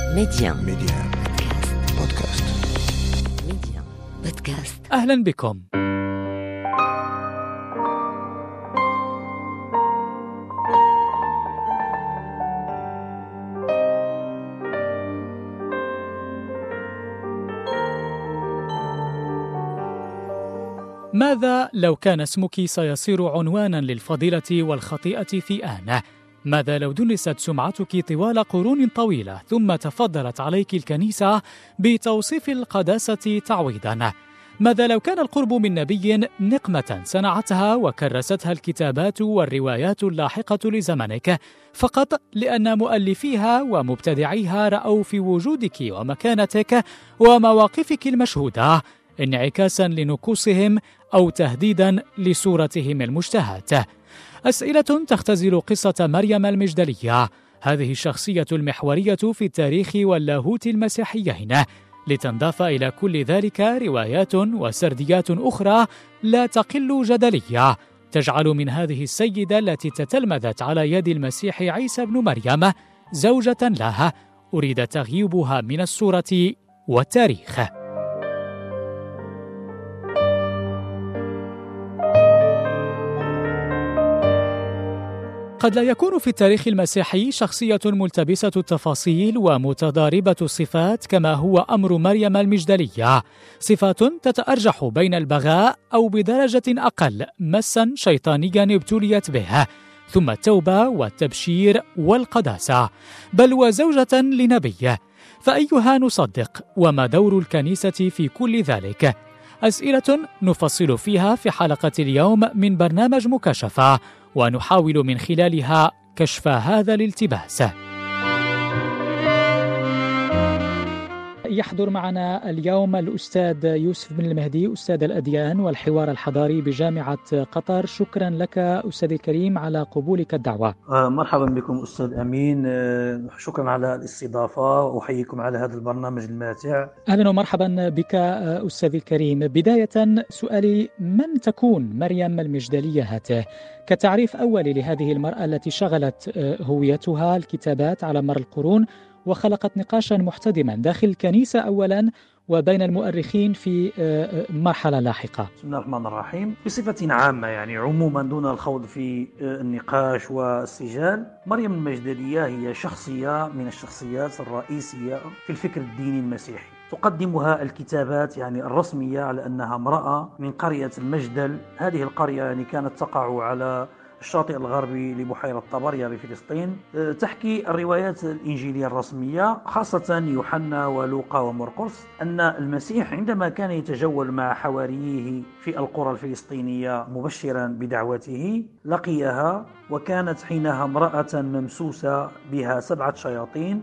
ميديان بودكاست. ميديان بودكاست. أهلا بكم. ماذا لو كان اسمك سيصير عنوانا للفضيلة والخطيئة في آن؟ ماذا لو دنست سمعتك طوال قرون طويلة ثم تفضلت عليك الكنيسة بتوصيف القداسة تعويضا؟ ماذا لو كان القرب من نبي نقمة صنعتها وكرستها الكتابات والروايات اللاحقة لزمنك فقط لأن مؤلفيها ومبتدعيها رأوا في وجودك ومكانتك ومواقفك المشهودة انعكاسا لنكوصهم أو تهديدا لصورتهم المشتهاة؟ أسئلة تختزل قصة مريم المجدلية، هذه الشخصية المحورية في التاريخ واللاهوت المسيحيين، لتنضاف إلى كل ذلك روايات وسرديات أخرى لا تقل جدلية، تجعل من هذه السيدة التي تتلمذت على يد المسيح عيسى بن مريم زوجة لها أريد تغييبها من الصورة والتاريخ. قد لا يكون في التاريخ المسيحي شخصية ملتبسة التفاصيل ومتضاربة الصفات كما هو أمر مريم المجدلية، صفات تتأرجح بين البغاء أو بدرجة أقل مسا شيطانيا ابتليت به، ثم التوبة والتبشير والقداسة، بل وزوجة لنبي، فأيها نصدق؟ وما دور الكنيسة في كل ذلك؟ أسئلة نفصل فيها في حلقة اليوم من برنامج مكاشفة، ونحاول من خلالها كشف هذا الالتباس. يحضر معنا اليوم الأستاذ يوسف بن المهدي، أستاذ الأديان والحوار الحضاري بجامعة قطر. شكرا لك أستاذ الكريم على قبولك الدعوة. مرحبا بكم أستاذ أمين، شكرا على الاستضافة وأحييكم على هذا البرنامج الماتع. أهلا ومرحبا بك أستاذ الكريم. بداية سؤالي، من تكون مريم المجدلية هاته؟ كتعريف أولي لهذه المرأة التي شغلت هويتها الكتابات على مر القرون وخلقت نقاشا محتدما داخل الكنيسة أولا وبين المؤرخين في مرحلة لاحقة. بسم الله الرحمن الرحيم. بصفة عامة عموما دون الخوض في النقاش والسجال، مريم المجدلية هي شخصية من الشخصيات الرئيسية في الفكر الديني المسيحي. تقدمها الكتابات الرسمية على أنها امرأة من قرية المجدل. هذه القرية كانت تقع على الشاطئ الغربي لبحيرة طبريا بفلسطين. تحكي الروايات الإنجيلية الرسمية خاصة يوحنا ولوقا ومرقس أن المسيح عندما كان يتجول مع حواريه في القرى الفلسطينية مبشرا بدعوته لقيها، وكانت حينها امرأة ممسوسة بها 7 شياطين،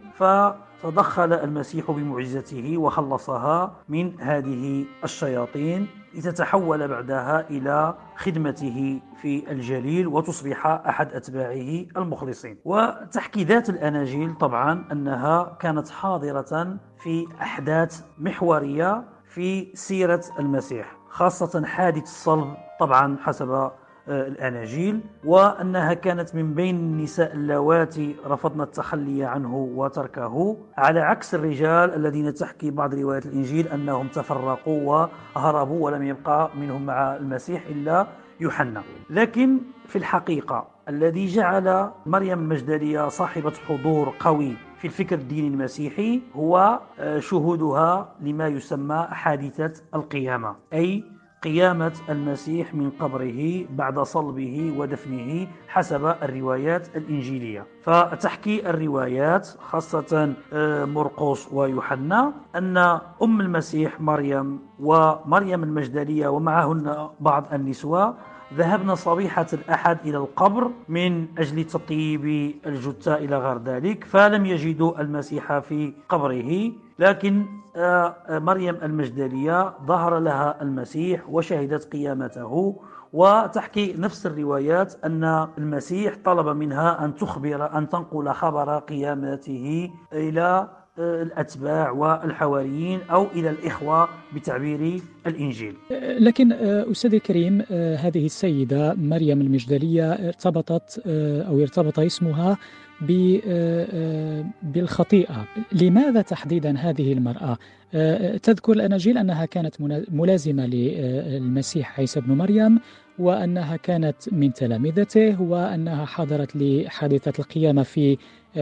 فتدخل المسيح بمعجزته وخلصها من هذه الشياطين لتتحول بعدها إلى خدمته في الجليل وتصبح أحد أتباعه المخلصين. وتحكي ذات الأناجيل طبعا أنها كانت حاضرة في أحداث محورية في سيرة المسيح، خاصة حادث الصلب طبعا حسب الأناجيل، وأنها كانت من بين النساء اللواتي رفضن التخلي عنه وتركه، على عكس الرجال الذين تحكي بعض روايات الإنجيل أنهم تفرقوا وهربوا ولم يبقى منهم مع المسيح إلا يوحنا. لكن في الحقيقة الذي جعل مريم المجدلية صاحبة حضور قوي في الفكر الديني المسيحي هو شهودها لما يسمى حادثة القيامة، أي قيامة المسيح من قبره بعد صلبه ودفنه حسب الروايات الإنجيلية. فتحكي الروايات خاصة مرقس ويوحنا أن أم المسيح مريم ومريم المجدلية ومعهن بعض النسوة ذهبنا صبيحة الأحد إلى القبر من أجل تطيب الجثة إلى غير ذلك، فلم يجدوا المسيح في قبره، لكن مريم المجدلية ظهر لها المسيح وشهدت قيامته. وتحكي نفس الروايات أن المسيح طلب منها أن تنقل خبر قيامته إلى الأتباع والحواريين أو إلى الإخوة بتعبير الإنجيل. لكن أستاذ الكريم، هذه السيدة مريم المجدلية ارتبط اسمها بالخطيئة. لماذا تحديدا هذه المرأة؟ تذكر الأناجيل أنها كانت ملازمة للمسيح عيسى بن مريم، وأنها كانت من تلامذته، وأنها حضرت لحادثة القيامة في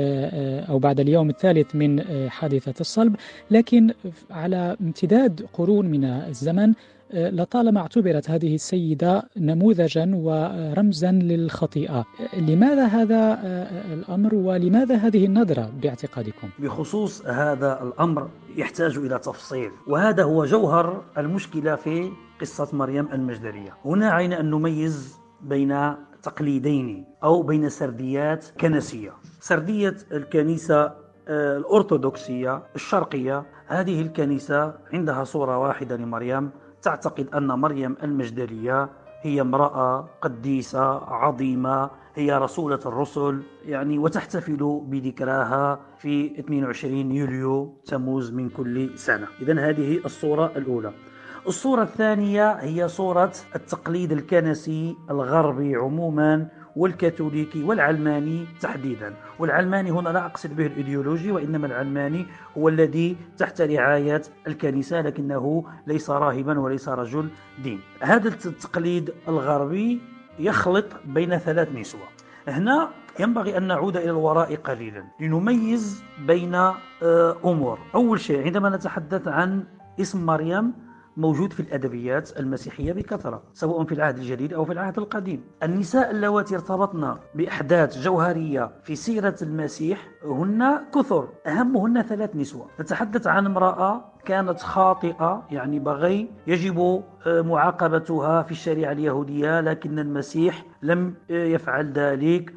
أو بعد اليوم الثالث من حادثة الصلب. لكن على امتداد قرون من الزمن لطالما اعتبرت هذه السيدة نموذجا ورمزا للخطيئة. لماذا هذا الأمر، ولماذا هذه النظرة باعتقادكم؟ بخصوص هذا الأمر يحتاج إلى تفصيل، وهذا هو جوهر المشكلة في قصة مريم المجدلية. هنا علينا أن نميز بين تقليدين أو بين سرديات كنسية. سردية الكنيسة الأرثوذكسية الشرقية، هذه الكنيسة عندها صورة واحدة لمريم، تعتقد أن مريم المجدلية هي امرأة قديسة عظيمة، هي رسولة الرسل وتحتفل بذكراها في 22 يوليو تموز من كل سنة. إذن هذه الصورة الأولى. الصورة الثانية هي صورة التقليد الكنسي الغربي عموما والكاثوليكي والعلماني تحديدا. والعلماني هنا لا أقصد به الإيديولوجي، وإنما العلماني هو الذي تحت رعاية الكنيسة لكنه ليس راهبا وليس رجل دين. هذا التقليد الغربي يخلط بين ثلاث نسوة. هنا ينبغي أن نعود إلى الوراء قليلا لنميز بين أمور. أول شيء، عندما نتحدث عن اسم مريم موجود في الأدبيات المسيحية بكثرة، سواء في العهد الجديد أو في العهد القديم. النساء اللواتي ارتبطن بأحداث جوهرية في سيرة المسيح هن كثر، أهمهن ثلاث نسوة. نتحدث عن امرأة كانت خاطئة، بغي، يجب معاقبتها في الشريعة اليهودية، لكن المسيح لم يفعل ذلك،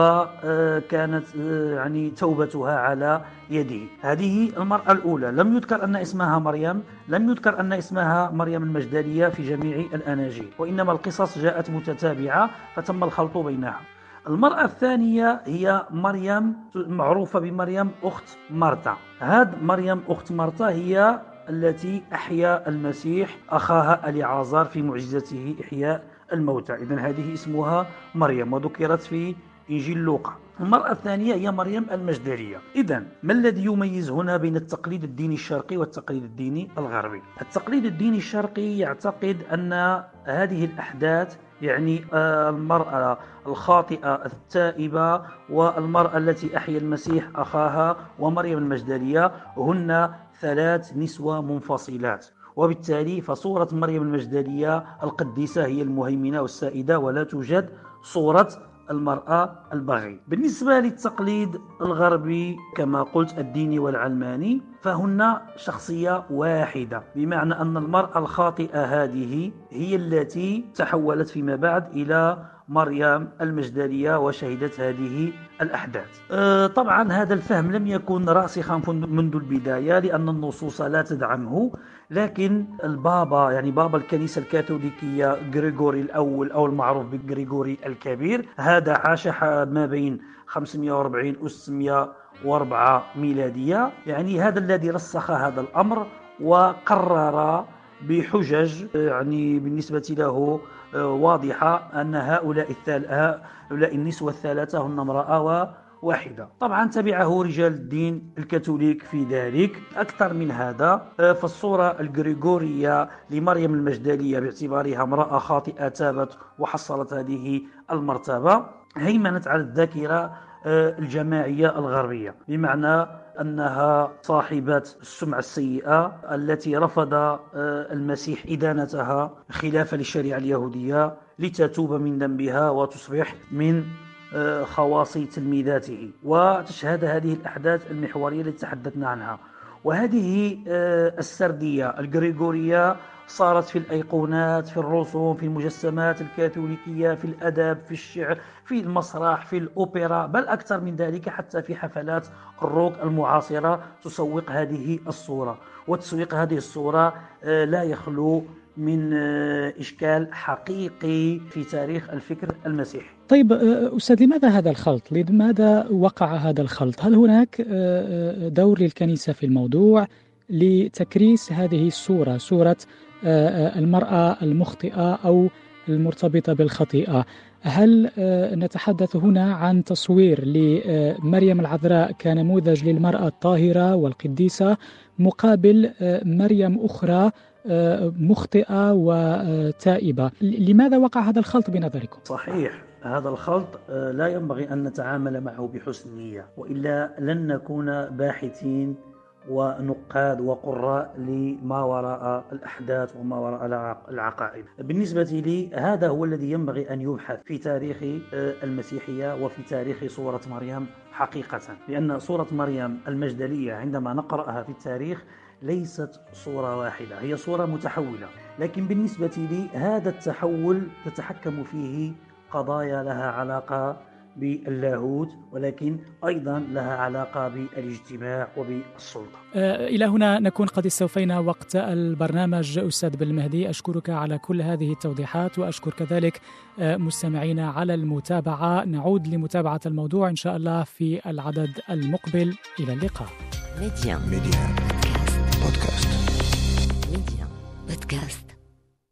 وكانت توبتها على يده. هذه المرأة الأولى. لم يذكر أن اسمها مريم، لم يذكر أن اسمها مريم المجدلية في جميع الأناجيل، وإنما القصص جاءت متتابعة فتم الخلط بينها. المرأة الثانية هي مريم، معروفة بمريم أخت مرتا. هذه مريم أخت مرتا هي التي أحيا المسيح أخاها اليعازر في معجزته إحياء الموتى. إذن هذه اسمها مريم وذكرت في إنجيل لوقا. المرأة الثانية هي مريم المجدلية. إذن ما الذي يميز هنا بين التقليد الديني الشرقي والتقليد الديني الغربي؟ التقليد الديني الشرقي يعتقد أن هذه الأحداث المرأة الخاطئة التائبة والمرأة التي أحيا المسيح أخاها ومريم المجدلية هن ثلاث نسوة منفصلات، وبالتالي فصورة مريم المجدلية القديسة هي المهيمنة والسائدة، ولا توجد صورة المرأة البغي. بالنسبة للتقليد الغربي كما قلت الديني والعلماني، فهن شخصية واحدة، بمعنى أن المرأة الخاطئة هذه هي التي تحولت فيما بعد إلى مريم المجدلية وشهدت هذه الأحداث. طبعا هذا الفهم لم يكن راسخا منذ البداية لأن النصوص لا تدعمه، لكن البابا بابا الكنيسة الكاثوليكية غريغوري الأول أو المعروف بغريغوري الكبير، هذا عاش ما بين 540 و 604 ميلادية. هذا الذي رسخ هذا الأمر وقرر بحجج بالنسبة له واضحة أن هؤلاء النسوة الثلاثة هن امرأة واحدة. طبعا تبعه رجال الدين الكاثوليك في ذلك. أكثر من هذا، فالصورة الغريغورية لمريم المجدلية باعتبارها امرأة خاطئة تابت وحصلت هذه المرتبة هيمنت على الذاكرة الجماعية الغربية، بمعنى أنها صاحبة السمعة السيئة التي رفض المسيح إدانتها خلافا للشريعة اليهودية لتتوب من ذنبها وتصبح من خواص تلميذاته، وتشهد هذه الأحداث المحورية التي تحدثنا عنها. وهذه السردية الغريغورية صارت في الأيقونات، في الرسوم، في المجسمات الكاثوليكية، في الأدب، في الشعر، في المسرح، في الأوبرا، بل أكثر من ذلك حتى في حفلات الروك المعاصرة تسوق هذه الصورة. وتسويق هذه الصورة لا يخلو من إشكال حقيقي في تاريخ الفكر المسيحي. طيب أستاذ، لماذا هذا الخلط؟ لماذا وقع هذا الخلط؟ هل هناك دور للكنيسة في الموضوع لتكريس هذه الصورة، صورة المرأة المخطئة أو المرتبطة بالخطيئة؟ هل نتحدث هنا عن تصوير لمريم العذراء كنموذج للمرأة الطاهرة والقديسة مقابل مريم أخرى مخطئة وتائبة؟ لماذا وقع هذا الخلط بنظركم؟ صحيح، هذا الخلط لا ينبغي أن نتعامل معه بحسن نية، وإلا لن نكون باحثين ونقاد وقراء لما وراء الأحداث وما وراء العقائد. بالنسبة لي هذا هو الذي ينبغي أن يبحث في تاريخ المسيحية وفي تاريخ صورة مريم حقيقة، لأن صورة مريم المجدلية عندما نقرأها في التاريخ ليست صورة واحدة، هي صورة متحولة، لكن بالنسبة لي هذا التحول تتحكم فيه قضايا لها علاقة باللاهوت، ولكن أيضا لها علاقة بالاجتماع وبالسلطة. إلى هنا نكون قد استوفينا وقت البرنامج. أستاذ بالمهدي، أشكرك على كل هذه التوضيحات، وأشكر كذلك مستمعينا على المتابعة. نعود لمتابعة الموضوع إن شاء الله في العدد المقبل. إلى اللقاء. ميديان بودكاست. ميديان بودكاست.